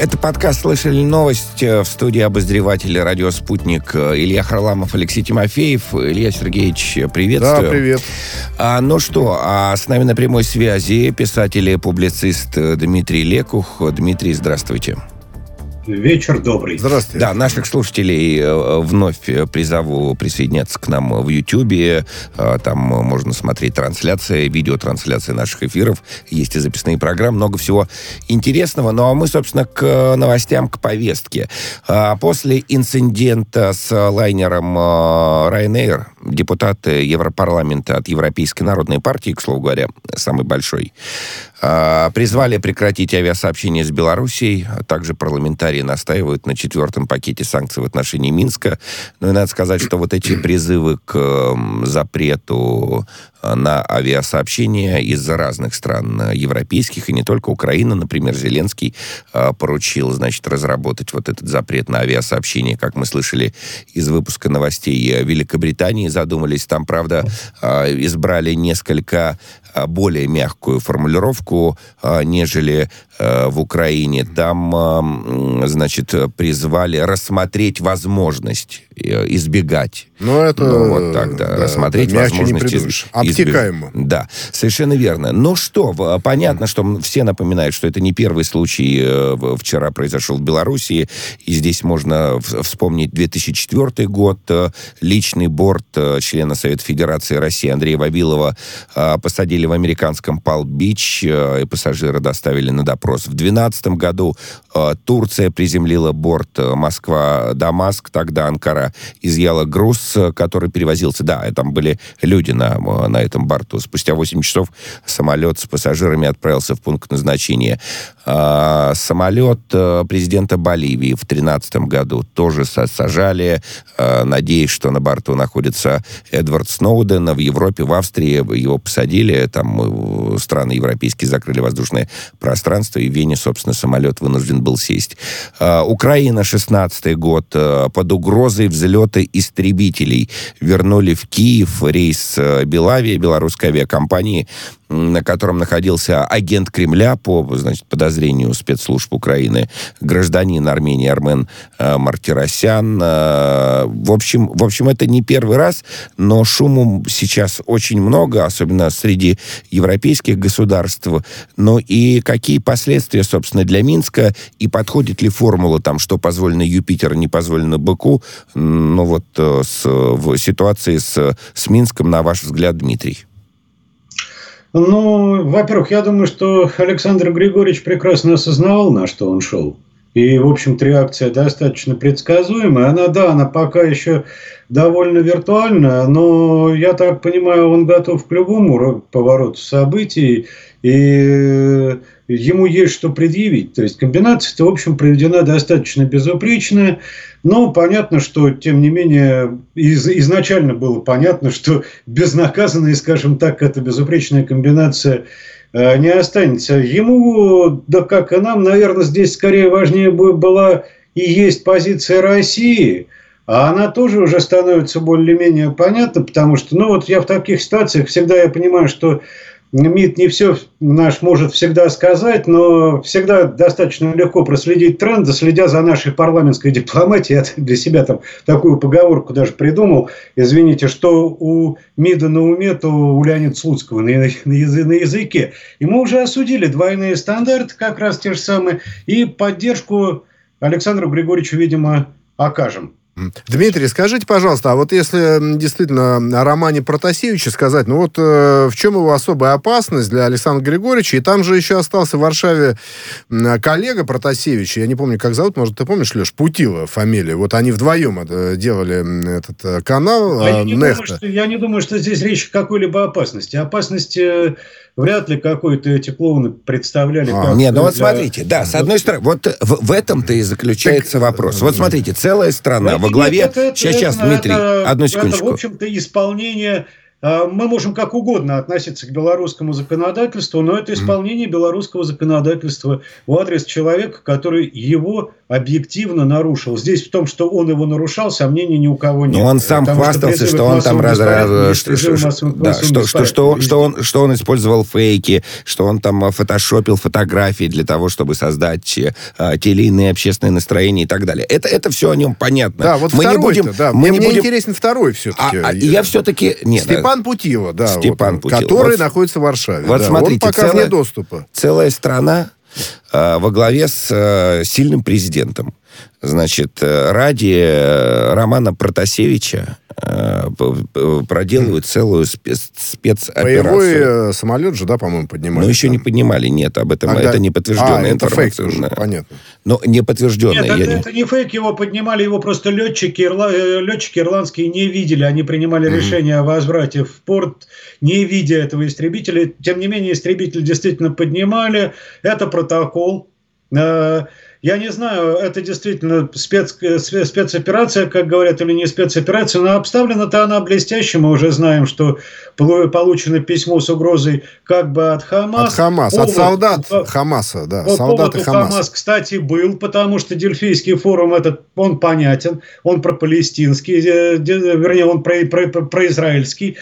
Это подкаст «Слышали новость», в студии обозреватели «Радио Спутник» Илья Харламов, Алексей Тимофеев. Илья Сергеевич, приветствую. Да, привет. Ну что, с нами на прямой связи писатель и публицист Дмитрий Лекух. Дмитрий, здравствуйте. Вечер добрый. Здравствуйте. Да, наших слушателей вновь призову присоединяться к нам в Ютьюбе. Там можно смотреть трансляции, видеотрансляции наших эфиров. Есть и записные программы, много всего интересного. Ну, а мы, собственно, к новостям, к повестке. После инцидента с лайнером Ryanair депутат Европарламента от Европейской народной партии, к слову говоря, самый большой, призвали прекратить авиасообщение с Белоруссией. Также парламентарии настаивают на 4-м пакете санкций в отношении Минска. Ну и надо сказать, что вот эти призывы к запрету на авиасообщение из разных стран европейских, и не только Украина, например, Зеленский поручил, значит, разработать вот этот запрет на авиасообщение, как мы слышали из выпуска новостей. Великобритании задумались, там, правда, избрали несколько более мягкую формулировку, нежели в Украине. Там, значит, призвали рассмотреть возможность избегать. Вот так, да. Рассмотреть возможность обтекаемо. Да, совершенно верно. Ну что, понятно, что все напоминают, что это не первый случай вчера произошел в Белоруссии, и здесь можно вспомнить 2004 год. Личный борт члена Совета Федерации России Андрея Вавилова посадили в американском Палм-Бич, и пассажира доставили на допрос. В 2012 году Турция приземлила борт Москва-Дамаск, тогда Анкара изъяла груз, который перевозился. Да, там были люди на этом борту. Спустя 8 часов самолет с пассажирами отправился в пункт назначения. Самолет президента Боливии в 2013 году тоже сажали, надеясь, что на борту находится Эдвард Сноуден. В Европе, в Австрии его посадили. Там страны европейские закрыли воздушное пространство, и в Вене, собственно, самолет вынужден был сесть. Украина, 16 год. Под угрозой взлета истребителей вернули в Киев рейс Белавия, белорусской авиакомпании, на котором находился агент Кремля по, значит, подозрению спецслужб Украины, гражданин Армении Армен Мартиросян. В общем, это не первый раз, но шуму сейчас очень много, особенно среди европейских государств. Но и какие последствия, собственно, для Минска, и подходит ли формула, там, что позволено Юпитеру, не позволено быку, ну вот в ситуации с Минском, на ваш взгляд, Дмитрий? Ну, во-первых, я думаю, что Александр Григорьевич прекрасно осознавал, на что он шел. И, в общем-то, реакция достаточно предсказуемая. Она пока еще довольно виртуальна, но, я так понимаю, он готов к любому повороту событий, и ему есть что предъявить. То есть, комбинация-то, в общем, проведена достаточно безупречно. Но понятно, что, тем не менее, изначально было понятно, что безнаказанной, скажем так, эта безупречная комбинация не останется. Ему, да как и нам, наверное, здесь скорее важнее была и есть позиция России, а она тоже уже становится более-менее понятна, потому что, ну вот я в таких ситуациях всегда я понимаю, что МИД не все наш может всегда сказать, но всегда достаточно легко проследить тренды, следя за нашей парламентской дипломатией. Я для себя там такую поговорку даже придумал. Извините, что у МИДа на уме, то у Леонида Слуцкого на языке. И мы уже осудили двойные стандарты, как раз те же самые, и поддержку Александру Григорьевичу, видимо, окажем. Дмитрий, скажите, пожалуйста, а вот если действительно о романе Протасевича сказать, ну вот в чем его особая опасность для Александра Григорьевича? И там же еще остался в Варшаве коллега Протасевича, я не помню, как зовут, может, ты помнишь, Леш, Путила фамилия. Вот они вдвоем делали этот канал Нехта. Я не думаю, что здесь речь о какой-либо опасности. Опасности вряд ли какой-то эти клоуны представляли. Нет, ну вот смотрите, да, с одной стороны, вот в этом-то и заключается вопрос. Вот смотрите, целая страна во главе... Сейчас, Дмитрий, одну секундочку. Это, в общем-то, исполнение... Мы можем как угодно относиться к белорусскому законодательству, но это исполнение белорусского законодательства в адрес человека, который его объективно нарушил. Здесь в том, что он его нарушал, сомнений ни у кого нет. Но он сам хвастался, что он там что он использовал фейки, что он там фотошопил фотографии для того, чтобы создать те или иные общественные настроения и так далее. Это все о нем понятно. Да, вот мне интересен второй все-таки. Я все-таки... Степан Путила, да. Степан Путила. Который находится в Варшаве. Вот смотрите, он пока вне доступа. Целая страна во главе с сильным президентом. Значит, ради Романа Протасевича проделывают целую спецоперацию. Боевой самолет же, да, по-моему, поднимали? Но еще не поднимали, нет, об этом. Это не подтвержденная информация. Это фейк уже, понятно. Но не подтвержденная. Нет, это не фейк, его поднимали, его просто летчики ирландские не видели. Они принимали решение о возврате в порт, не видя этого истребителя. Тем не менее, истребитель действительно поднимали. Это протокол. Я не знаю, это действительно спецоперация, как говорят, или не спецоперация, но обставлена-то она блестяще. Мы уже знаем, что получено письмо с угрозой как бы от Хамас. От Хамас, от солдат Хамаса, да. Солдаты Хамаса. Хамас, кстати, был, потому что Дельфийский форум этот, он понятен, он пропалестинский, вернее, он произраильский.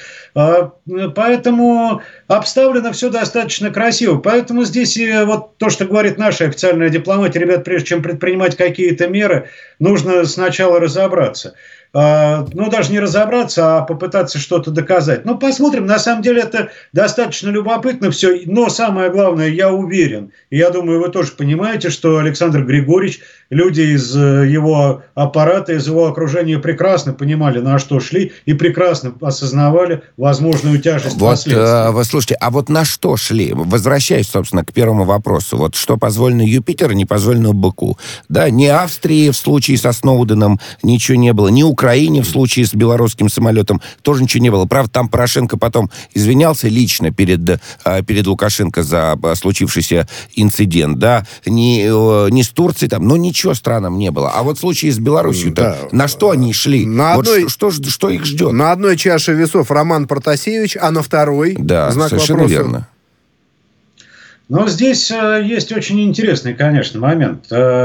Поэтому обставлено все достаточно красиво. Поэтому здесь вот то, что говорит наша официальная дипломатия, ребят, прежде чем предпринимать какие-то меры, нужно сначала разобраться. Ну, даже не разобраться, а попытаться что-то доказать. Ну, посмотрим. На самом деле, это достаточно любопытно все. Но самое главное, я уверен, и я думаю, вы тоже понимаете, что Александр Григорьевич, люди из его аппарата, из его окружения прекрасно понимали, на что шли, и прекрасно осознавали возможную тяжесть последствий. Слушайте, а вот на что шли? Возвращаясь, собственно, к первому вопросу. Вот что позволено Юпитеру, не позволено Быку. Да, ни Австрии в случае со Сноуденом ничего не было, ни Украине в случае с белорусским самолетом тоже ничего не было. Правда, там Порошенко потом извинялся лично перед Лукашенко за случившийся инцидент, да, не с Турцией там, но ничего странным не было. А вот в случае с Беларусью-то, на что они шли? Что их ждет? На одной чаше весов Роман Протасевич, а на второй знак совершенно вопроса. Верно. Но здесь есть очень интересный, конечно, момент,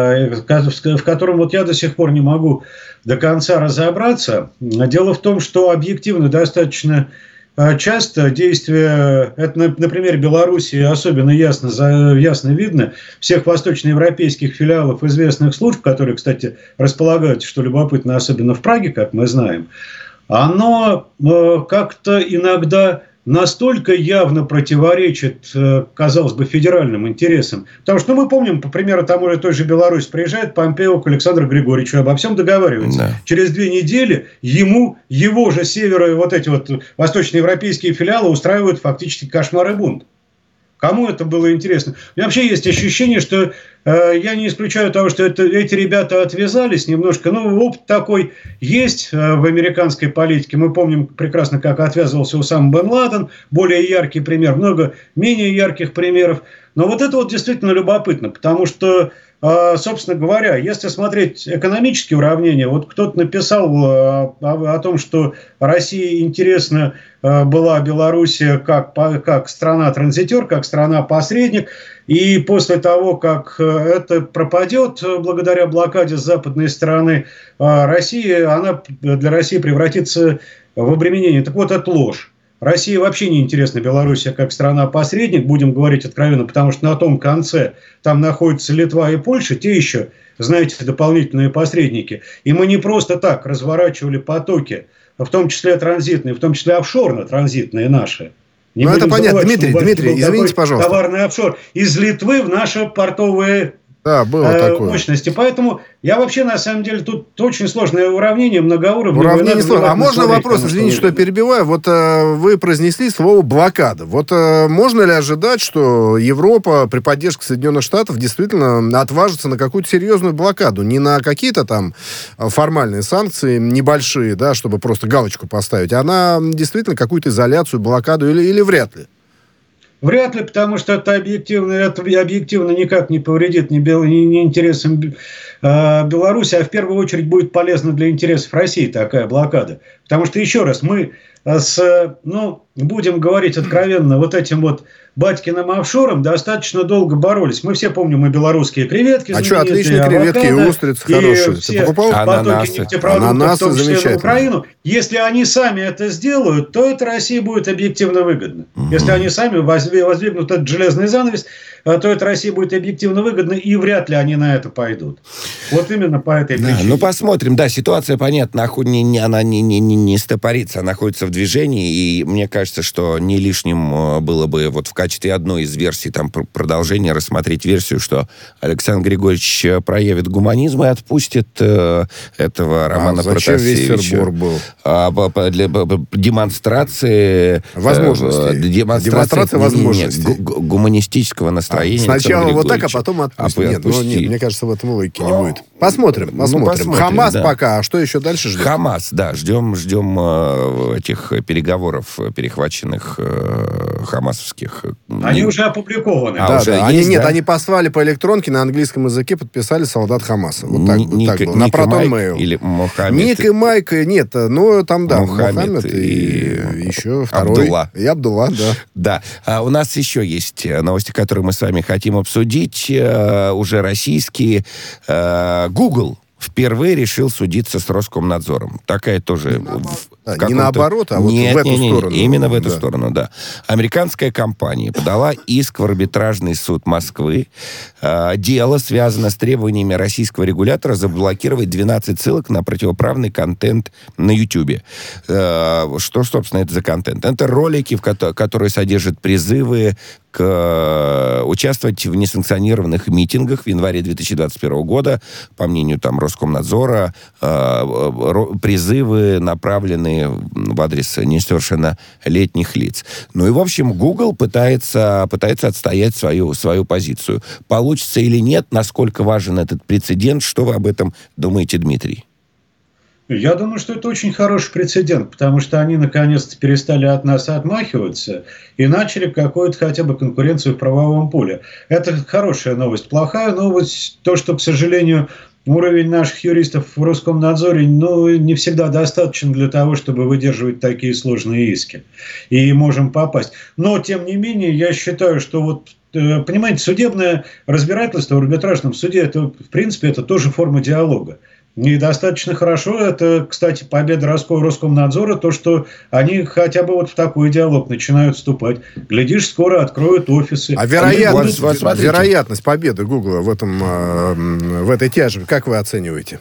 в котором вот я до сих пор не могу до конца разобраться. Дело в том, что объективно достаточно часто действия, это на примере Белоруссии особенно ясно видно, всех восточноевропейских филиалов известных служб, которые, кстати, располагаются, что любопытно, особенно в Праге, как мы знаем, оно как-то иногда настолько явно противоречит, казалось бы, федеральным интересам. Потому что мы помним, по примеру той же Беларуси, приезжает Помпео к Александру Григорьевичу, обо всем договаривается. Да. Через 2 недели его же вот эти вот восточноевропейские филиалы устраивают фактически кошмар и бунт. Кому это было интересно? У меня вообще есть ощущение, что я не исключаю того, что эти ребята отвязались немножко. Ну, опыт такой есть в американской политике. Мы помним прекрасно, как отвязывался Усама бен Ладен. Более яркий пример, много менее ярких примеров. Но вот это вот действительно любопытно, потому что, собственно говоря, если смотреть экономические уравнения, вот кто-то написал о том, что России интересна была Белоруссия как страна-транзитер, как страна-посредник, и после того, как это пропадет благодаря блокаде с западной стороны, она для России превратится в обременение. Так вот, это ложь. России вообще не интересна Белоруссия как страна-посредник, будем говорить откровенно, потому что на том конце там находятся Литва и Польша, те еще, знаете, дополнительные посредники. И мы не просто так разворачивали потоки, в том числе транзитные, в том числе офшорно-транзитные наши. Ну, это понятно. Дмитрий, извините, пожалуйста. Товарный офшор из Литвы в наши портовые мощности. Поэтому я вообще, на самом деле, тут очень сложное уравнение, многоуровневое. Уравнение сложное. А можно вопрос, извините, что я перебиваю. Вот вы произнесли слово «блокада». Вот можно ли ожидать, что Европа при поддержке Соединенных Штатов действительно отважится на какую-то серьезную блокаду? Не на какие-то там формальные санкции небольшие, да, чтобы просто галочку поставить, а на действительно какую-то изоляцию, блокаду или вряд ли? Вряд ли, потому что это объективно никак не повредит ни интересам Беларуси, а в первую очередь будет полезна для интересов России такая блокада. Потому что, еще раз, мы будем говорить откровенно, вот этим вот батькиным офшором достаточно долго боролись. Мы все помним и белорусские креветки. А что, отличные креветки, и устрицы хорошие. Все потоки нефтепродуктов, в том числе на Украину. Если они сами это сделают, то это России будет объективно выгодно. Если они сами воздвигнут этот железный занавес, то это России будет объективно выгодно, и вряд ли они на это пойдут. Вот именно по этой причине. Ну, посмотрим. Да, ситуация, понятно, она не стопорится, она находится в движении, и мне кажется, что не лишним было бы вот в качестве одной из версий там продолжения рассмотреть версию, что Александр Григорьевич проявит гуманизм и отпустит этого Романа Протасевича. Зачем весь сырбор был? Для демонстрации... Возможностей. Демонстрация возможностей. Гуманистического настроения. Сначала вот так, а потом отпустить. Нет, мне кажется, в этом логики не будет. Посмотрим. Хамас пока. А что еще дальше ждем? Хамас, да. Ждем этих переговоров, перехваченных хамасовских. Они уже опубликованы. Они послали по электронке на английском языке, подписали солдат Хамаса. Вот так было. На Proton Mail. Или Мохаммед. Ник и Майк, нет. Но там, да, Мохаммед и еще второй. Абдулла. И Абдулла, да. Да. У нас еще есть новости, которые мы с вами хотим обсудить. Уже российские. Google впервые решил судиться с Роскомнадзором. Такая тоже... Не наоборот, а вот в эту сторону. Именно в эту сторону, да. Американская компания подала иск в арбитражный суд Москвы. Дело связано с требованиями российского регулятора заблокировать 12 ссылок на противоправный контент на YouTube. Что, собственно, это за контент? Это ролики, которые содержат призывы участвовать в несанкционированных митингах в январе 2021 года. По мнению Роскомнадзора, призывы направлены в адрес несовершеннолетних лиц. Ну и, в общем, Google пытается отстоять свою позицию. Получится или нет, насколько важен этот прецедент, что вы об этом думаете, Дмитрий? Я думаю, что это очень хороший прецедент, потому что они наконец-то перестали от нас отмахиваться и начали какую-то хотя бы конкуренцию в правовом поле. Это хорошая новость. Плохая новость, то, что, к сожалению, уровень наших юристов в Роскомнадзоре не всегда достаточен для того, чтобы выдерживать такие сложные иски. И можем попасть. Но, тем не менее, я считаю, что понимаете, судебное разбирательство в арбитражном суде, это, в принципе, это тоже форма диалога. И достаточно хорошо, это, кстати, победа Роскомнадзора, то, что они хотя бы в такой диалог начинают вступать. Глядишь, скоро откроют офисы. А вероятность победы Гугла в этой тяжбе, как вы оцениваете?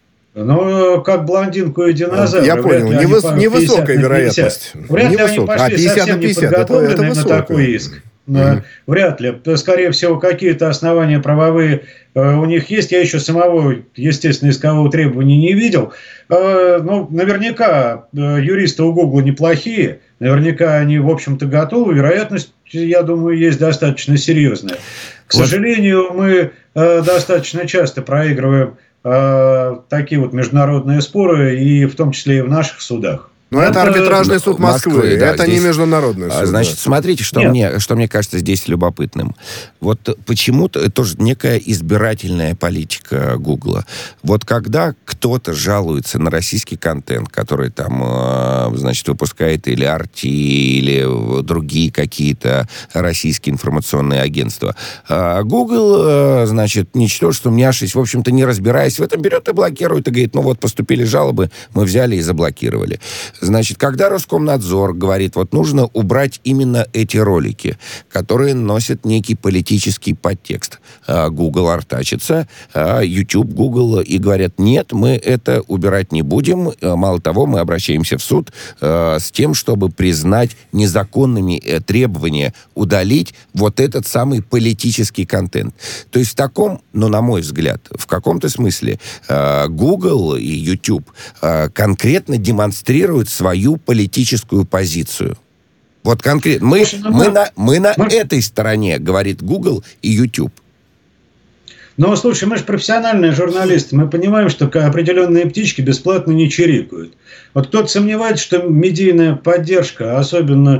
Как блондинку и динозавра. Я понял, невысокая вероятность. Вряд ли они пошли совсем неподготовленные на такой иск. Вряд ли. Скорее всего, какие-то основания правовые у них есть. Я еще самого, естественно, искового требования не видел. Наверняка юристы у Google неплохие. Наверняка они, в общем-то, готовы. Вероятность, я думаю, есть достаточно серьезная. К сожалению, мы достаточно часто проигрываем такие международные споры, и в том числе и в наших судах. Но это арбитражный суд Москвы, да, это здесь, не международный суд. Значит, смотрите, что мне кажется здесь любопытным. Вот почему-то тоже некая избирательная политика Гугла. Вот когда кто-то жалуется на российский контент, который выпускает или RT, или другие какие-то российские информационные агентства, Google, ничтожеством няшись, в общем-то, не разбираясь в этом, берет и блокирует, и говорит, поступили жалобы, мы взяли и заблокировали. Значит, когда Роскомнадзор говорит, нужно убрать именно эти ролики, которые носят некий политический подтекст. Google артачится, YouTube, Google, и говорят, нет, мы это убирать не будем. Мало того, мы обращаемся в суд с тем, чтобы признать незаконными требования удалить этот самый политический контент. То есть в таком, на мой взгляд, в каком-то смысле Google и YouTube конкретно демонстрируют свою политическую позицию. Вот конкретно. Мы на этой стороне, говорит Google и YouTube. Слушай, мы же профессиональные журналисты. Мы понимаем, что определенные птички бесплатно не чирикают. Кто-то сомневается, что медийная поддержка, особенно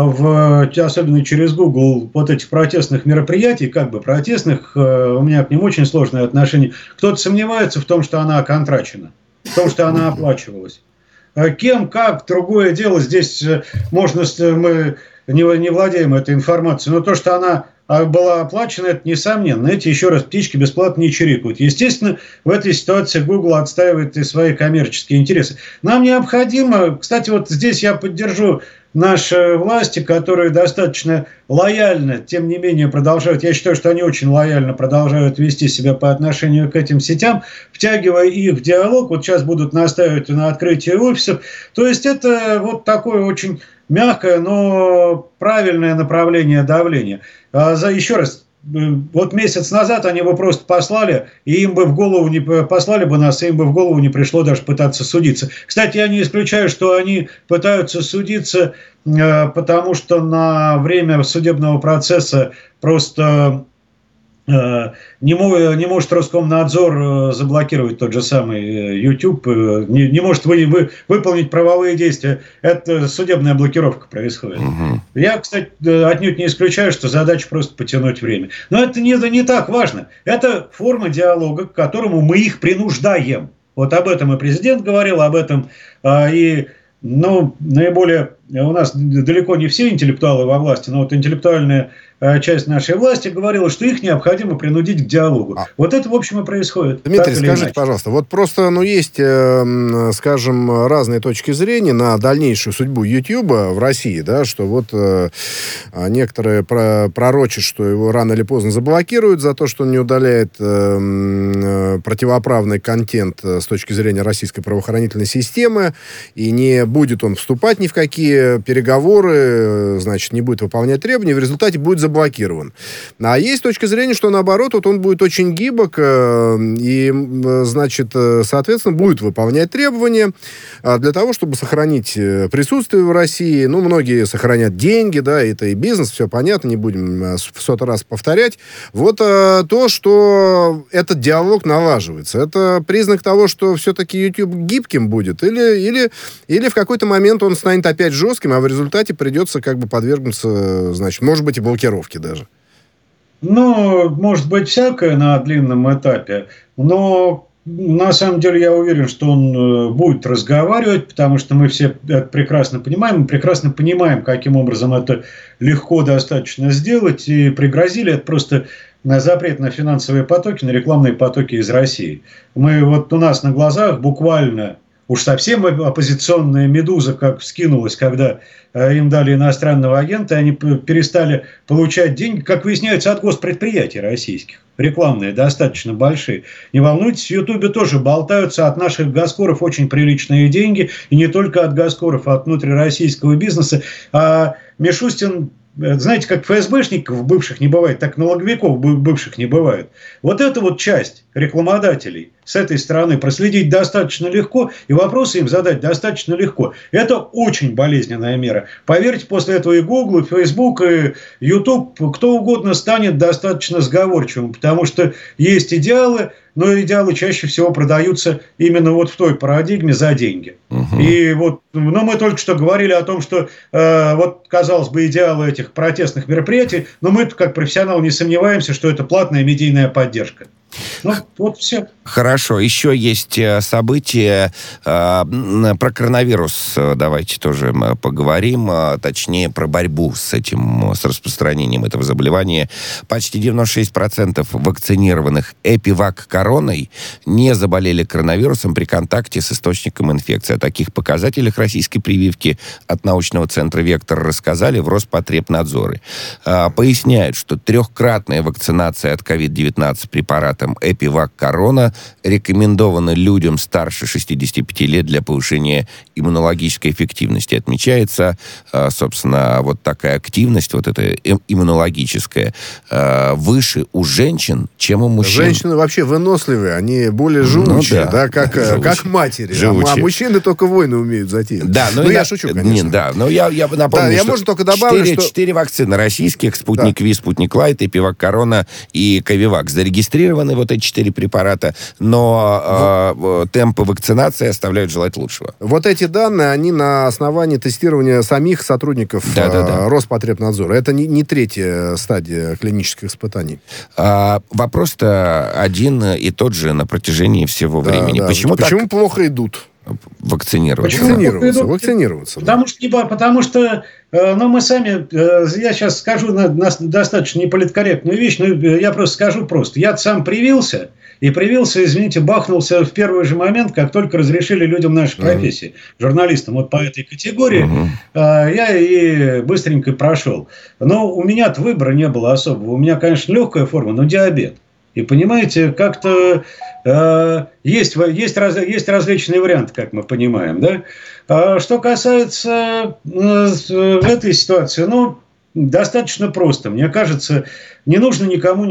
через Google, этих протестных мероприятий, протестных, у меня к ним очень сложное отношение. Кто-то сомневается в том, что она оконтрачена, в том, что она оплачивалась. кем, как, другое дело, здесь мы не владеем этой информацией, но то, что она была оплачена, это несомненно. Эти, еще раз, птички бесплатно не чирикают. Естественно, в этой ситуации Google отстаивает и свои коммерческие интересы. Нам необходимо, кстати, вот здесь я поддержу наши власти, которые достаточно лояльно, тем не менее, продолжают, я считаю, что они очень лояльно продолжают вести себя по отношению к этим сетям, втягивая их в диалог. Вот сейчас будут настаивать на открытии офисов. То есть это вот такое очень мягкое, но правильное направление давления. Еще раз, вот месяц назад они бы просто послали, и им бы в голову не послали бы нас, и им бы в голову не пришло даже пытаться судиться. Кстати, я не исключаю, что они пытаются судиться, потому что на время судебного процесса просто не может Роскомнадзор заблокировать тот же самый YouTube, не может выполнить правовые действия. Это судебная блокировка происходит. Я, кстати, отнюдь не исключаю, что задача просто потянуть время. Но это не так важно. Это форма диалога, к которому мы их принуждаем. Вот об этом и президент говорил, об этом и наиболее... У нас далеко не все интеллектуалы во власти, но вот интеллектуальная часть нашей власти говорила, что их необходимо принудить к диалогу. Вот это, в общем, и происходит. Дмитрий, скажите, пожалуйста, вот просто, есть, скажем, разные точки зрения на дальнейшую судьбу Ютьюба в России, да, что вот некоторые пророчат, что его рано или поздно заблокируют за то, что он не удаляет противоправный контент с точки зрения российской правоохранительной системы, и не будет он вступать ни в какие переговоры, значит, не будет выполнять требования, в результате будет заблокирован. А есть точка зрения, что наоборот, вот он будет очень гибок и, значит, соответственно, будет выполнять требования для того, чтобы сохранить присутствие в России. Многие сохранят деньги, да, это и бизнес, все понятно, не будем в сотый раз повторять. Вот то, что этот диалог налаживается, это признак того, что все-таки YouTube гибким будет, или в какой-то момент он станет опять жестким, а в результате придется подвергнуться, значит, может быть, и блокировке даже. Может быть, всякое на длинном этапе, но на самом деле я уверен, что он будет разговаривать, потому что мы все это прекрасно понимаем. Мы прекрасно понимаем, каким образом это легко достаточно сделать, и пригрозили это просто на запрет на финансовые потоки, на рекламные потоки из России. У нас на глазах буквально... Уж совсем оппозиционная «Медуза» как вскинулась, когда им дали иностранного агента, они перестали получать деньги, как выясняется, от госпредприятий российских. Рекламные, достаточно большие. Не волнуйтесь, в Ютубе тоже болтаются от наших госкоров очень приличные деньги. И не только от госкоров, а от внутрироссийского бизнеса. А Мишустин... Знаете, как ФСБшников бывших не бывает, так налоговиков бывших не бывает. Вот эта вот часть рекламодателей с этой стороны проследить достаточно легко, и вопросы им задать достаточно легко. Это очень болезненная мера. Поверьте, после этого и Google, и Facebook, и YouTube, кто угодно станет достаточно сговорчивым, потому что есть идеалы, но идеалы чаще всего продаются именно вот в той парадигме за деньги. И мы только что говорили о том, что казалось бы, идеалы этих протестных мероприятий, но мы, как профессионалы, не сомневаемся, что это платная медийная поддержка. Все. Хорошо. Еще есть события про коронавирус. Давайте тоже поговорим. Точнее, про борьбу с распространением этого заболевания. Почти 96% вакцинированных эпивак-короной не заболели коронавирусом при контакте с источником инфекции. О таких показателях российской прививки от научного центра «Вектор» рассказали в Роспотребнадзоре. Поясняют, что 3-кратная вакцинация от COVID-19 препаратом эпивак-корона рекомендована людям старше 65 лет для повышения иммунологической эффективности. Отмечается, собственно, вот такая активность, вот эта иммунологическая, выше у женщин, чем у мужчин. Женщины вообще выносливые, они более живучие, как матери. А мужчины только войны умеют затеять. Да, я шучу, конечно. Но я напомню, что можно только добавить, 4 вакцины российских: Спутник Ви, Спутник Лайт, эпивак-корона и Ковивак. Зарегистрированы вот эти 4 препарата, но темпы вакцинации оставляют желать лучшего. Вот эти данные, они на основании тестирования самих сотрудников Роспотребнадзора. Это не третья стадия клинических испытаний. Вопрос-то один и тот же на протяжении всего времени. Почему плохо идут? Вакцинироваться. Потому что мы сами, я сейчас скажу достаточно неполиткорректную вещь, но я просто скажу просто. Я сам привился, извините, бахнулся в первый же момент, как только разрешили людям нашей профессии, журналистам вот по этой категории, я и быстренько прошел. Но у меня-то выбора не было особого. У меня, конечно, легкая форма, но диабет. И понимаете, как-то есть различные варианты, как мы понимаем, да? Что касается этой ситуации, достаточно просто. Мне кажется, не нужно никого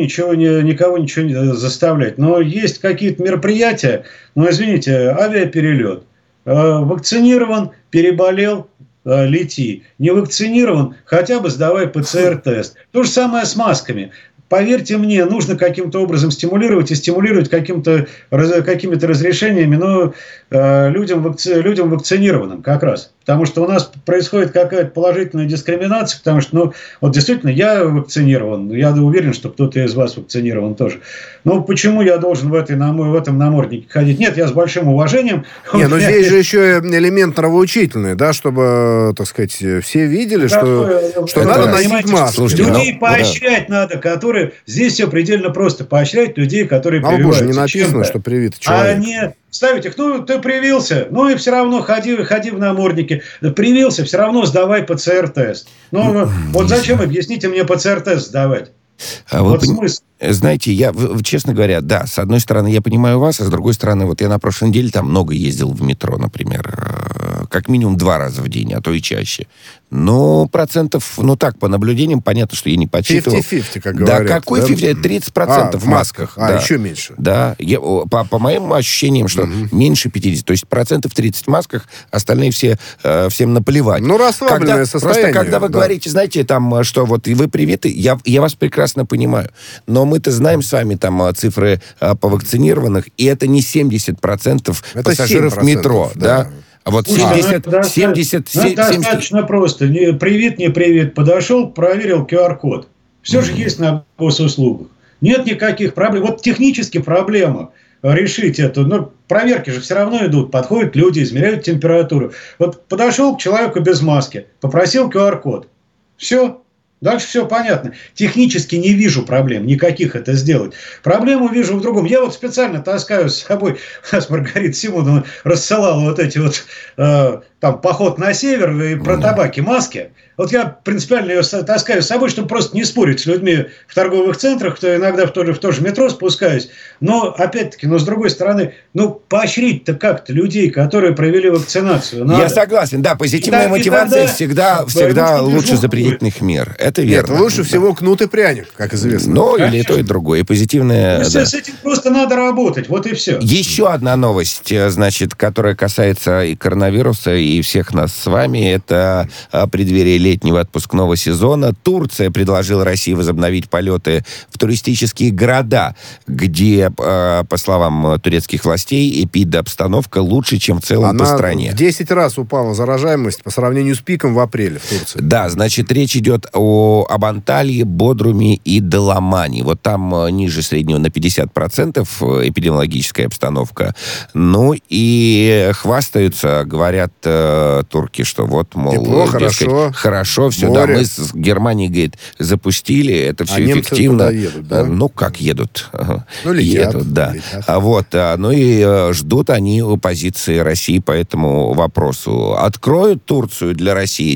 ничего заставлять. Но есть какие-то мероприятия, извините, авиаперелет. Вакцинирован, переболел, лети. Не вакцинирован, хотя бы сдавай ПЦР-тест. То же самое с масками. Поверьте мне, нужно каким-то образом стимулировать какими-то разрешениями, но людям вакцинированным как раз. Потому что у нас происходит какая-то положительная дискриминация, потому что, действительно, я вакцинирован, я уверен, что кто-то из вас вакцинирован тоже. Почему я должен в этом наморднике ходить? Нет, я с большим уважением. Здесь же еще элемент нравоучительный, да, чтобы, так сказать, все видели, что надо носить маску. Людей поощрять надо, которые... Здесь все предельно просто. Поощрять людей, которые прививаются. Не написано, что привит человек. А не ставить их, ты привился, и все равно ходи в наморднике. Привился, все равно сдавай ПЦР-тест. Вот зачем, объясните мне, ПЦР-тест сдавать? Смысл. Знаете, я, честно говоря, да, с одной стороны, я понимаю вас, а с другой стороны, я на прошлой неделе там много ездил в метро, например, как минимум 2 раза в день, а то и чаще. Процентов, так, по наблюдениям, понятно, что я не подсчитывал. 50-50, как говорят. Да, какой 50? 30% в масках. Да. Еще меньше. Да, по моим ощущениям, что меньше 50, то есть 30% в масках, остальные всем наплевать. Расслабленное состояние. Просто когда вы говорите, знаете, там, что и вы привиты, я вас прекрасно понимаю, но мы-то знаем с вами там цифры повакцинированных, и это не 70% пассажиров метро, да? А вот 70... Достаточно просто. Привит, не привит. Подошел, проверил QR-код. Все же есть на госуслугах. Нет никаких проблем. Вот технически проблема решить это. Проверки же все равно идут. Подходят люди, измеряют температуру. Вот подошел к человеку без маски, попросил QR-код. Все. Дальше все понятно. Технически не вижу проблем никаких это сделать. Проблему вижу в другом. Я специально таскаю с собой, у нас Маргарита Симоновна рассылала эти поход на север и про табаки маски. Я принципиально ее таскаю с собой, чтобы просто не спорить с людьми в торговых центрах, то иногда в то же метро спускаюсь. Но, опять-таки, с другой стороны, поощрить-то как-то людей, которые провели вакцинацию. Надо. Я согласен, да, позитивная мотивация всегда лучше запретительных мер. Это верно. Нет, лучше всего кнут и пряник, как известно. Или то, и другое. И позитивное... С этим просто надо работать, вот и все. Еще одна новость, которая касается и коронавируса, и всех нас с вами, это преддверие летнего отпускного сезона. Турция предложила России возобновить полеты в туристические города, где, по словам турецких властей, эпидобстановка лучше, чем в целом по стране. В 10 раз упала заражаемость по сравнению с пиком в апреле в Турции. Да, речь идет об Анталии, Бодруме и Даламане. Там ниже среднего на 50% эпидемиологическая обстановка. И хвастаются, говорят турки, что тепло, хорошо, все, море. Да, мы с Германией, говорит, запустили, это все эффективно. Едут, да? Как едут? Летят. Едут, да. И ждут они позиции России по этому вопросу. Откроют Турцию для России?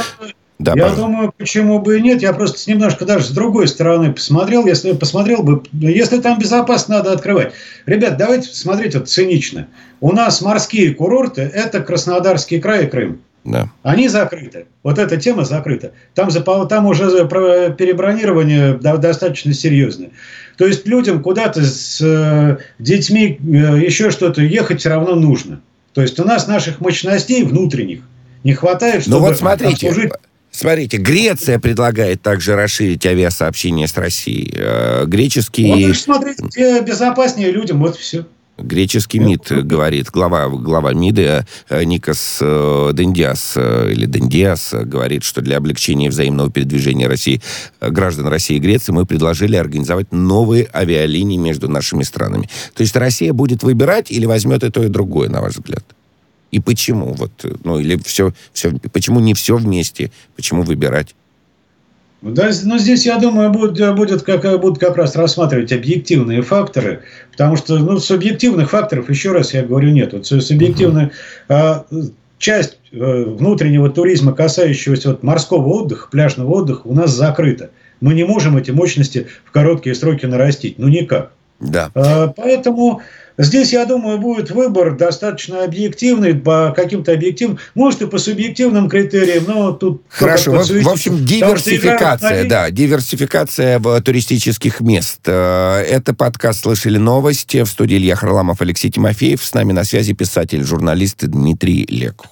Я думаю, почему бы и нет. Я просто немножко даже с другой стороны посмотрел. Если там безопасно, надо открывать. Ребят, давайте смотреть цинично. У нас морские курорты – это Краснодарский край и Крым. Да. Они закрыты. Эта тема закрыта. Там уже перебронирование достаточно серьезное. То есть людям куда-то с детьми еще что-то ехать все равно нужно. То есть у нас наших мощностей внутренних не хватает, чтобы обслужить... Смотрите, Греция предлагает также расширить авиасообщение с Россией. Греческий... смотрите, где безопаснее людям, все. Греческий МИД говорит, глава МИДа Никос Дендиас говорит, что для облегчения взаимного передвижения граждан России и Греции мы предложили организовать новые авиалинии между нашими странами. То есть Россия будет выбирать или возьмет и то, и другое, на ваш взгляд? И почему? Или все, почему не все вместе? Почему выбирать? Да, но здесь, я думаю, будут как раз рассматривать объективные факторы, потому что субъективных факторов, еще раз я говорю, нет. Вот субъективная часть внутреннего туризма, касающегося морского отдыха, пляжного отдыха, у нас закрыта. Мы не можем эти мощности в короткие сроки нарастить. никак. Да. Поэтому здесь, я думаю, будет выбор достаточно объективный, по каким-то объективным, может, и по субъективным критериям, но тут... Хорошо, в общем, диверсификация туристических мест. Это подкаст «Слышали новости». В студии Илья Харламов, Алексей Тимофеев. С нами на связи писатель, журналист Дмитрий Лекух.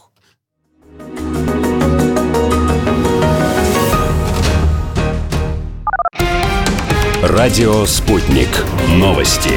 Радио «Спутник». Новости.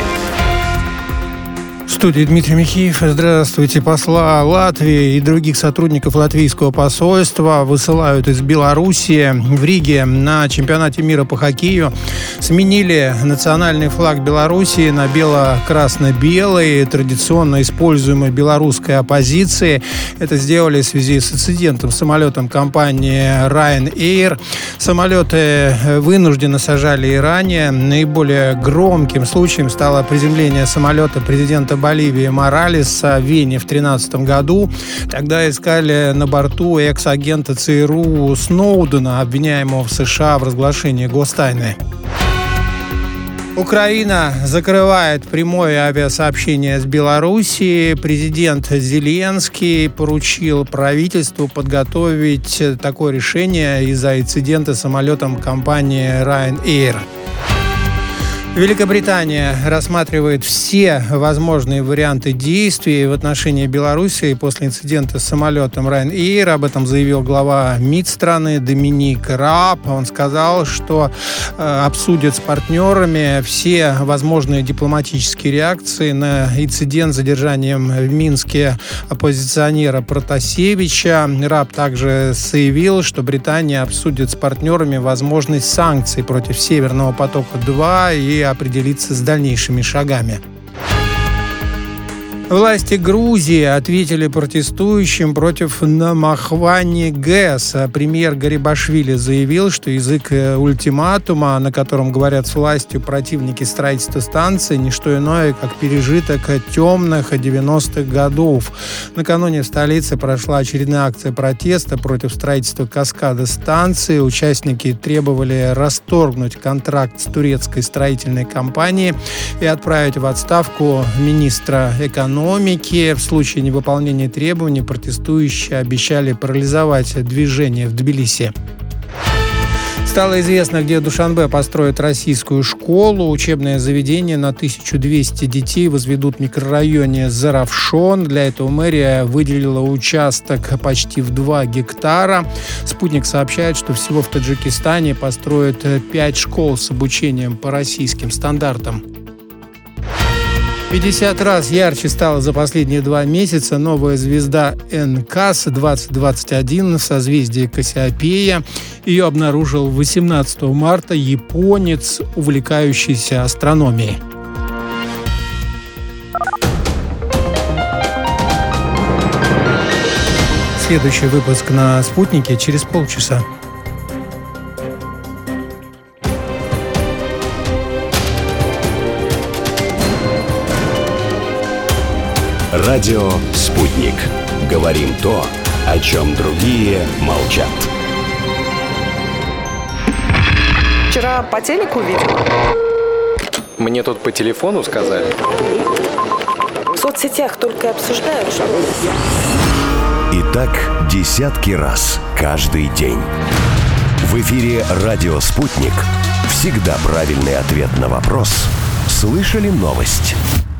В студии Дмитрий Михеев. Здравствуйте. Посла Латвии и других сотрудников латвийского посольства высылают из Белоруссии. В Риге на чемпионате мира по хоккею сменили национальный флаг Белоруссии на бело-красно-белый, традиционно используемой белорусской оппозиции. Это сделали в связи с инцидентом с самолетом компании Ryanair. Самолеты вынужденно сажали и ранее. Наиболее громким случаем стало приземление самолета президента Боливии Моралеса в Вене в 2013 году. Тогда искали на борту экс-агента ЦРУ Сноудена, обвиняемого в США в разглашении гостайны. Украина закрывает прямое авиасообщение с Белоруссией. Президент Зеленский поручил правительству подготовить такое решение из-за инцидента с самолетом компании Ryanair. Великобритания рассматривает все возможные варианты действий в отношении Беларуси после инцидента с самолетом Ryanair. Об этом заявил глава МИД страны Доминик Раб. Он сказал, что обсудят с партнерами все возможные дипломатические реакции на инцидент с задержанием в Минске оппозиционера Протасевича. Раб также заявил, что Британия обсудит с партнерами возможность санкций против Северного потока-2 и определиться с дальнейшими шагами. Власти Грузии ответили протестующим против Намахвани ГЭС. Премьер Гарибашвили заявил, что язык ультиматума, на котором говорят с властью противники строительства станции, не что иное, как пережиток темных 90-х годов. Накануне в столице прошла очередная акция протеста против строительства каскада станции. Участники требовали расторгнуть контракт с турецкой строительной компанией и отправить в отставку министра экономики. В случае невыполнения требований протестующие обещали парализовать движение в Тбилиси. Стало известно, где Душанбе построит российскую школу. Учебное заведение на 1200 детей возведут в микрорайоне Заравшон. Для этого мэрия выделила участок почти в 2 гектара. «Спутник» сообщает, что всего в Таджикистане построят 5 школ с обучением по российским стандартам. 50 раз ярче стала за последние 2 месяца новая звезда НКАС 2021 в созвездии Кассиопея. Ее обнаружил 18 марта японец, увлекающийся астрономией. Следующий выпуск на «Спутнике» через полчаса. Радио «Спутник». Говорим то, о чем другие молчат. Вчера по телеку видел. Мне тут по телефону сказали. В соцсетях только обсуждают, что... И так десятки раз каждый день. В эфире «Радио «Спутник». Всегда правильный ответ на вопрос. Слышали новость?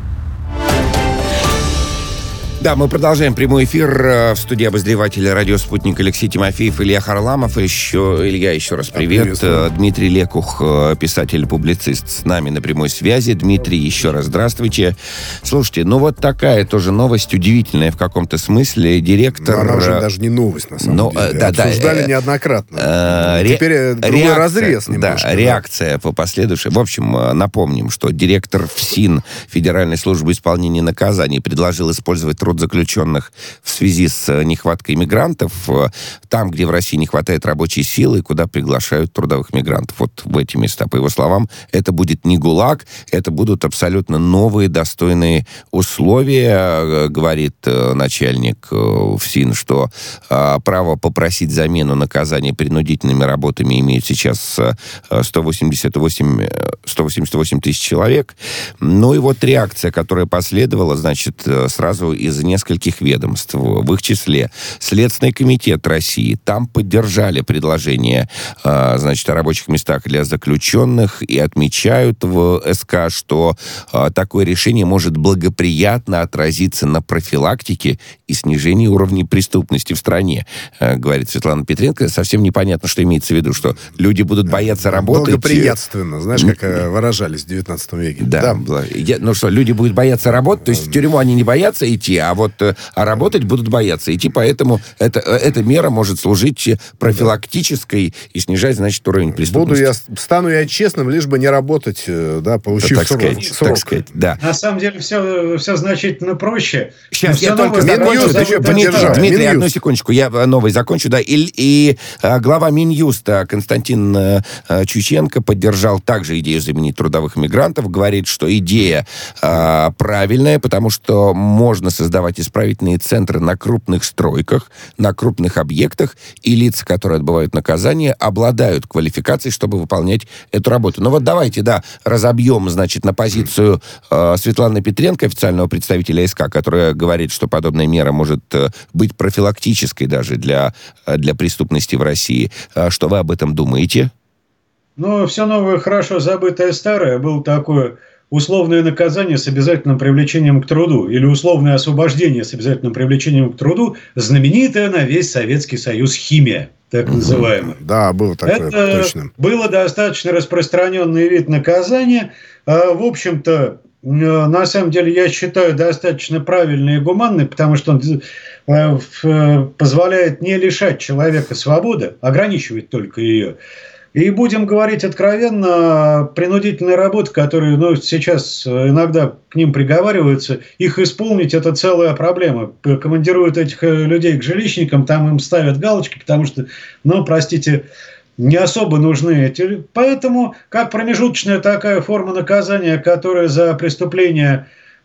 Да, мы продолжаем прямой эфир. В студии обозревателя «Радио Спутник» Алексей Тимофеев, Илья Харламов. Илья, еще раз привет. Дмитрий Лекух, писатель-публицист, с нами на прямой связи. Дмитрий, еще раз здравствуйте. Слушайте, вот такая тоже новость, удивительная в каком-то смысле. Директор... Но она уже даже не новость, на самом деле. Обсуждали неоднократно. Теперь другой разрез немножко. Да, реакция по последующей. В общем, напомним, что директор ФСИН, Федеральной службы исполнения наказаний, предложил использовать труд заключенных в связи с нехваткой мигрантов, там, где в России не хватает рабочей силы, куда приглашают трудовых мигрантов. Вот в эти места. По его словам, это будет не ГУЛАГ, это будут абсолютно новые, достойные условия, говорит начальник ФСИН, что право попросить замену наказания принудительными работами имеют сейчас 188 тысяч человек. Ну и вот реакция, которая последовала, значит, сразу из нескольких ведомств. В их числе Следственный комитет России. Там поддержали предложение, значит, о рабочих местах для заключенных и отмечают в СК, что такое решение может благоприятно отразиться на профилактике и снижении уровня преступности в стране, говорит Светлана Петренко. Совсем непонятно, что имеется в виду, что люди будут бояться работать. Благоприятственно, знаешь, как выражались в 19 веке. Да. Ну что, люди будут бояться работать, то есть в тюрьму они не боятся идти, а работать будут бояться идти, поэтому эта мера может служить профилактической и снижать, значит, уровень преступности. Стану я честным, лишь бы не работать, да, получив срок. Так сказать, да. На самом деле все значительно проще. Сейчас я только закончу. Дмитрий, одну секундочку, я новый закончу, да. И глава Минюста Константин Чученко поддержал также идею заменить трудовых мигрантов, говорит, что идея правильная, потому что можно создавать исправительные центры на крупных стройках, на крупных объектах, и лица, которые отбывают наказание, обладают квалификацией, чтобы выполнять эту работу. Но вот давайте, разобьем, значит, на позицию Светланы Петренко, официального представителя СК, которая говорит, что подобная мера может быть профилактической даже для преступности в России. Что вы об этом думаете? Ну, все новое, хорошо забытое старое. Было такое условное наказание с обязательным привлечением к труду или условное освобождение с обязательным привлечением к труду, знаменитая на весь Советский Союз химия, так называемая. Да, было такое, это точно. Было достаточно распространенный вид наказания. В общем-то, на самом деле, я считаю, достаточно правильный и гуманный, потому что он позволяет не лишать человека свободы, ограничивать только ее. И будем говорить откровенно, принудительные работы, которые сейчас иногда к ним приговариваются, их исполнить – это целая проблема. Командируют этих людей к жилищникам, там им ставят галочки, потому что, простите, не особо нужны эти. Поэтому, как промежуточная такая форма наказания, которая за преступление,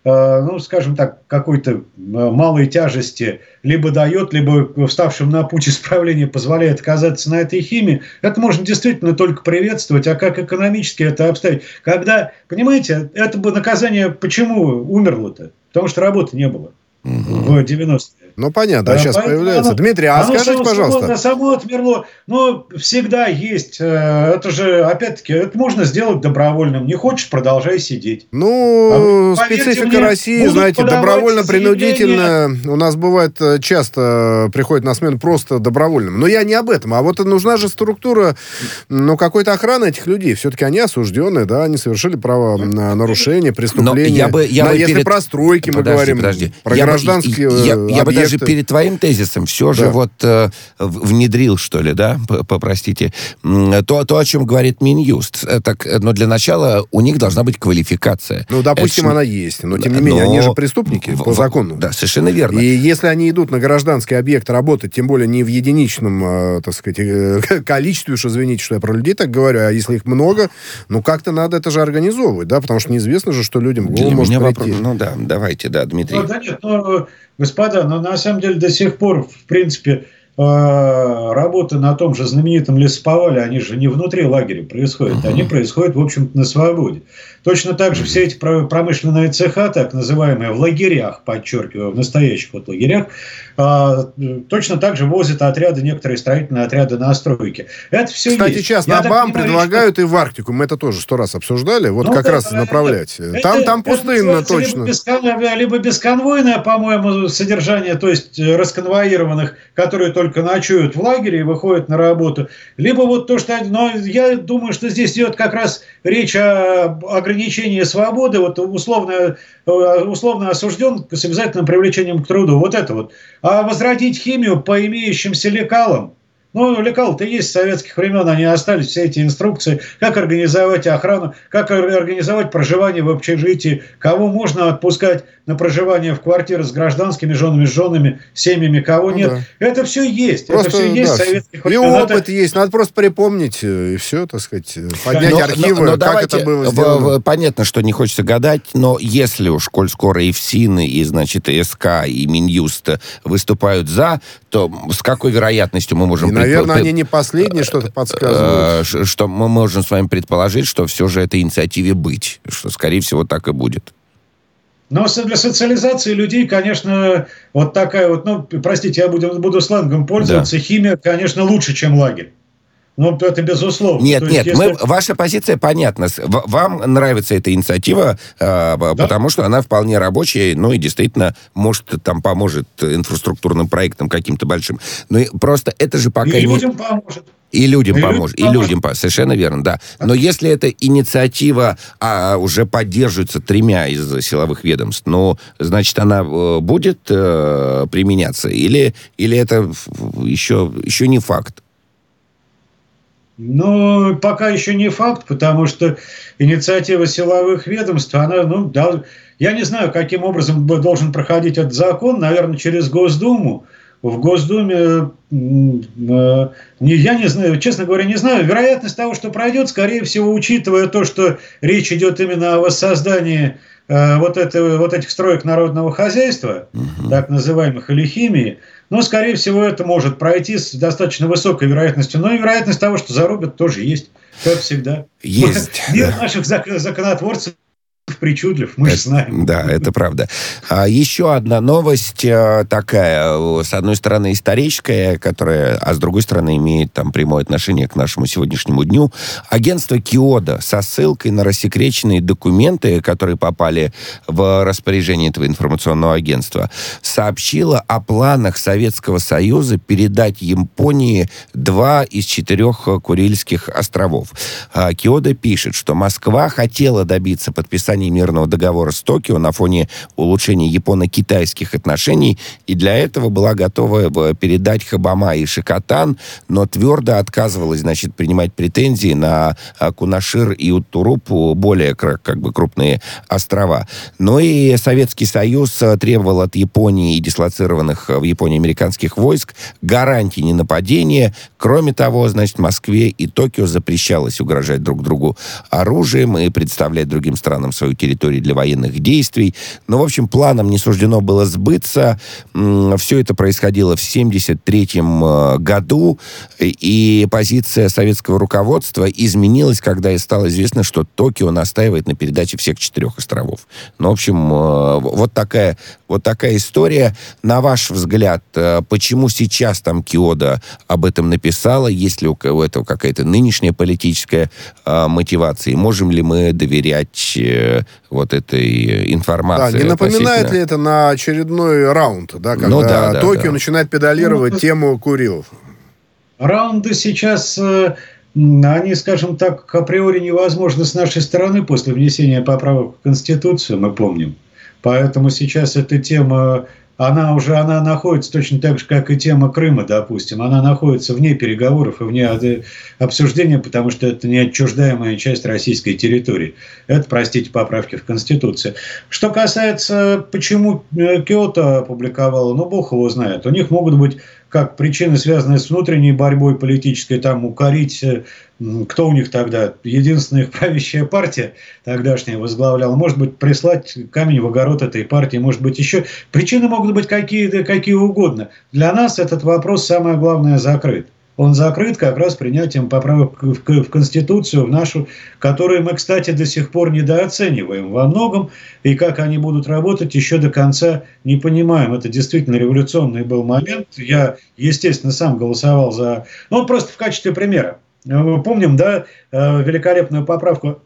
скажем так, какой-то малой тяжести либо дает, либо вставшим на путь исправления позволяет оказаться на этой химии, это можно действительно только приветствовать. А как экономически это обстоит? Когда, понимаете, это бы наказание почему умерло-то? Потому что работы не было в 90-е. Ну, понятно, а сейчас появляется. Дмитрий, скажите, пожалуйста. Само отмерло. Всегда есть. Это же, опять-таки, это можно сделать добровольным. Не хочешь, продолжай сидеть. Специфика России, знаете, добровольно-принудительно. У нас бывает часто приходит на смену просто добровольным. Но я не об этом. А вот нужна же структура, какой-то охраны этих людей. Все-таки они осужденные, да, они совершили правонарушение, преступление. Если про стройки мы говорим, про гражданские я бы даже перед твоим тезисом все же внедрил, что ли, да, попростите, то, о чем говорит Минюст. Но для начала у них должна быть квалификация. Допустим, она есть. Но, тем не менее, они же преступники по закону. Да, совершенно верно. И если они идут на гражданский объект работать, тем более не в единичном, так сказать, количестве, уж извините, что я про людей так говорю, а если их много, как-то надо это же организовывать, да, потому что неизвестно же, что людям в голову может прийти. Давайте, Дмитрий. Господа, на самом деле до сих пор, в принципе, работы на том же знаменитом лесоповале, они же не внутри лагеря происходят, они происходят, в общем-то, на свободе. Точно так же все эти промышленные цеха, так называемые, в лагерях, подчеркиваю, в настоящих лагерях, точно так же возят отряды, некоторые строительные отряды на стройке. Это все Кстати, есть. сейчас на БАМ предлагают и в Арктику. Мы это тоже 100 раз обсуждали. Как раз направлять. Там пустынно точно. Либо бесконвойное, по-моему, содержание, то есть расконвоированных, которые только ночуют в лагере и выходят на работу. Либо то, что... Но я думаю, что здесь идет как раз речь о ограничении свободы, условно осужден с обязательным привлечением к труду. А возродить химию по имеющимся лекалам, Ну, лекал-то есть с советских времен, они остались, все эти инструкции, как организовать охрану, как организовать проживание в общежитии, кого можно отпускать на проживание в квартиры с гражданскими женами, семьями, кого нет. Да. Это все есть. Просто, это все есть с советских времен. И опыт есть. Надо просто припомнить и все, так сказать, поднять архивы, как давайте, это было сделано. Понятно, что не хочется гадать, но если уж, коль скоро и ФСИН, и, значит, и СК, и Минюст выступают за, то с какой вероятностью мы можем... Наверное, они не последние что-то подсказывают. Что мы можем с вами предположить, что все же этой инициативе быть, что, скорее всего, так и будет. Но для социализации людей, конечно, вот такая вот, ну, простите, я буду сленгом пользоваться, химия, конечно, лучше, чем лагерь. Ну, это безусловно. Нет, ваша позиция понятна. Вам нравится эта инициатива, потому что она вполне рабочая, ну и действительно, может, там поможет инфраструктурным проектам каким-то большим. Но просто это же пока... И людям поможет. И людям поможет. Совершенно верно, да. Но если эта инициатива уже поддерживается 3 из силовых ведомств, ну, значит, она будет применяться? Или это еще не факт? Ну, пока еще не факт, потому что инициатива силовых ведомств, она, я не знаю, каким образом должен проходить этот закон, наверное, через Госдуму. В Госдуме, я не знаю, честно говоря, не знаю. Вероятность того, что пройдет, скорее всего, учитывая то, что речь идет именно о воссоздании вот этих строек народного хозяйства, так называемых, или химии, но, скорее всего, это может пройти с достаточно высокой вероятностью. Но и вероятность того, что зарубят, тоже есть, как всегда. Есть. Мир наших законотворцев причудлив, мы же знаем. Да, это правда. Еще одна новость такая, с одной стороны, историческая, а с другой стороны, имеет там прямое отношение к нашему сегодняшнему дню. Агентство Киодо со ссылкой на рассекреченные документы, которые попали в распоряжение этого информационного агентства, сообщило о планах Советского Союза передать Японии 2 из 4 Курильских островов. Киодо пишет, что Москва хотела добиться подписания мирного договора с Токио на фоне улучшения японо-китайских отношений, и для этого была готова передать Хабама и Шикотан, но твердо отказывалась, значит, принимать претензии на Кунашир и Уттурупу, более крупные острова. Но и Советский Союз требовал от Японии и дислоцированных в Японии американских войск гарантий ненападения. Кроме того, значит, Москве и Токио запрещалось угрожать друг другу оружием и представлять другим странам свою территорию для военных действий. Но, в общем, планам не суждено было сбыться. Все это происходило в 1973 году, и позиция советского руководства изменилась, когда стало известно, что Токио настаивает на передаче всех 4 островов. Ну, в общем, вот такая история. На ваш взгляд, почему сейчас там Киодо об этом написала? Есть ли у этого какая-то нынешняя политическая мотивация? И можем ли мы доверять вот этой информации? Да, не напоминает ли это на очередной раунд, да, когда Токио начинает педалировать тему Курилов? Раунды сейчас, они, скажем так, априори невозможны с нашей стороны после внесения поправок в Конституцию, мы помним. Поэтому сейчас эта тема, она находится точно так же, как и тема Крыма, допустим. Она находится вне переговоров и вне обсуждения, потому что это неотчуждаемая часть российской территории. Это, простите, поправки в Конституцию. Что касается, почему Киото опубликовало, бог его знает. У них могут быть как причины, связанные с внутренней борьбой политической, там укорить, кто у них тогда, единственная их правящая партия тогдашняя возглавляла, может быть, прислать камень в огород этой партии, может быть, еще. Причины могут быть какие угодно. Для нас этот вопрос, самое главное, закрыт. Он закрыт как раз принятием поправок в Конституцию, в нашу, которые мы, кстати, до сих пор недооцениваем во многом, и как они будут работать, еще до конца не понимаем. Это действительно революционный был момент. Я, естественно, сам голосовал за... просто в качестве примера. Мы помним, да, великолепную поправку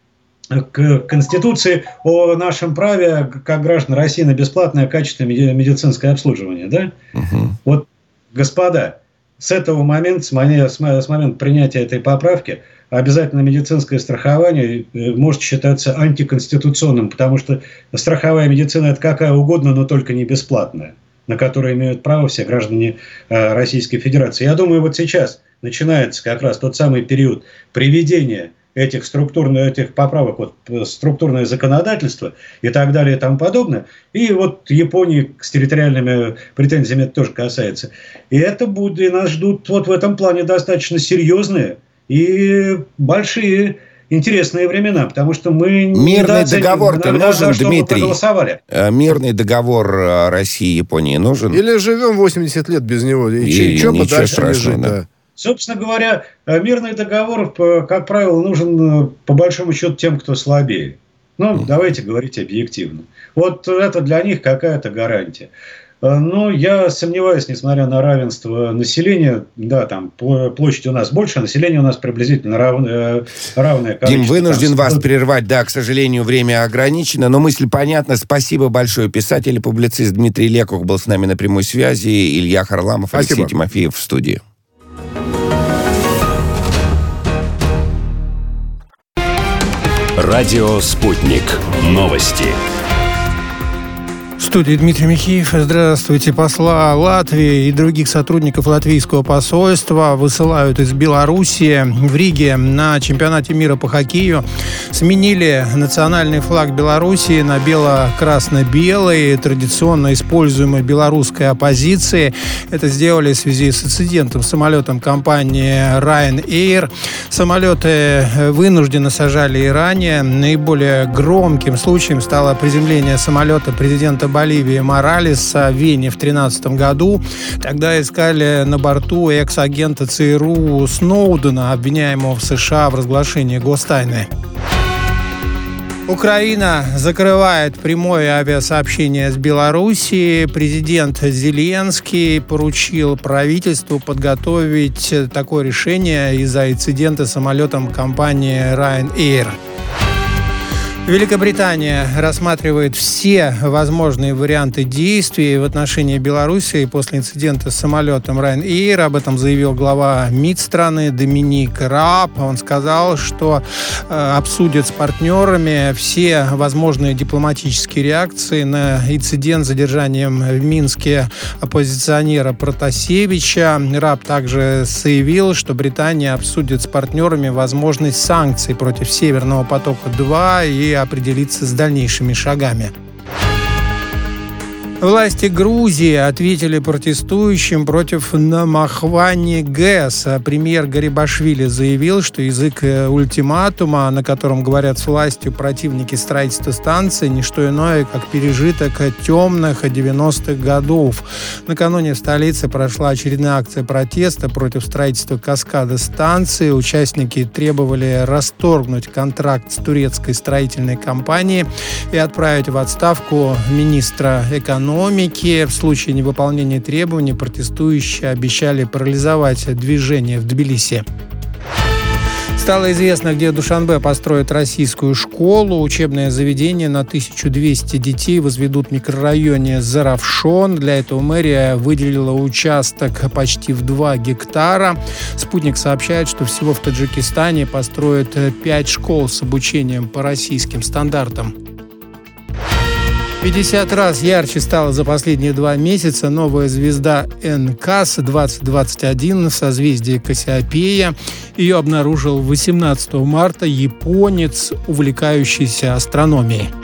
к Конституции о нашем праве, как граждан России, на бесплатное качественное медицинское обслуживание, да? Вот, господа, с этого момента, с момента принятия этой поправки, обязательно медицинское страхование может считаться антиконституционным, потому что страховая медицина – это какая угодно, но только не бесплатная. на которые имеют право все граждане Российской Федерации. Я думаю, вот сейчас начинается как раз тот самый период приведения этих поправок, вот, структурное законодательство и так далее и тому подобное. И вот Японии с территориальными претензиями это тоже касается. И это будет, и нас ждут вот в этом плане достаточно серьезные и большие интересные времена, потому что мы мирный договор-то нужен, за Дмитрий? Проголосовали. Мирный договор России и Японии нужен? Или живем 80 лет без него? И что подальше лежит, да. Собственно говоря, мирный договор, как правило, нужен по большому счету тем, кто слабее. Ну, давайте говорить объективно. Вот это для них какая-то гарантия. Но я сомневаюсь, несмотря на равенство населения, да, там площадь у нас больше, население у нас приблизительно равное количество. Дим, вынужден вас прервать, да, к сожалению, время ограничено, но мысль понятна. Спасибо большое. Писатель и публицист Дмитрий Лекух был с нами на прямой связи, Илья Харламов, Алексей Тимофеев в студии. Радио «Спутник». Новости. В студии Дмитрий Михеев. Здравствуйте. Посла Латвии и других сотрудников латвийского посольства высылают из Белоруссии. В Риге на чемпионате мира по хоккею сменили национальный флаг Белоруссии на бело-красно-белый, традиционно используемой белорусской оппозиции. Это сделали в связи с инцидентом с самолетом компании Ryanair. Самолеты вынужденно сажали и ранее. Наиболее громким случаем стало приземление самолета президента Боливии Моралеса в Вене в 2013 году. Тогда искали на борту экс-агента ЦРУ Сноудена, обвиняемого в США в разглашении гостайны. Украина закрывает прямое авиасообщение с Белоруссией. Президент Зеленский поручил правительству подготовить такое решение из-за инцидента с самолетом компании Ryanair. Великобритания рассматривает все возможные варианты действий в отношении Белоруссии после инцидента с самолетом Ryanair. Об этом заявил глава МИД страны Доминик Раб. Он сказал, что обсудят с партнерами все возможные дипломатические реакции на инцидент с задержанием в Минске оппозиционера Протасевича. Раб также заявил, что Британия обсудит с партнерами возможность санкций против Северного потока-2 и определиться с дальнейшими шагами. Власти Грузии ответили протестующим против Намахвани ГЭС. Премьер Гарибашвили заявил, что язык ультиматума, на котором говорят с властью противники строительства станции, не что иное, как пережиток темных 90-х годов. Накануне в столице прошла очередная акция протеста против строительства каскада станции. Участники требовали расторгнуть контракт с турецкой строительной компанией и отправить в отставку министра экономики. В случае невыполнения требований протестующие обещали парализовать движение в Тбилиси. Стало известно, где Душанбе построит российскую школу. Учебное заведение на 1200 детей возведут в микрорайоне Заравшон. Для этого мэрия выделила участок почти в 2 гектара. «Спутник» сообщает, что всего в Таджикистане построят 5 школ с обучением по российским стандартам. 50 раз ярче стала за последние 2 месяца новая звезда НКАС 2021 в созвездии Кассиопея. Ее обнаружил 18 марта японец, увлекающийся астрономией.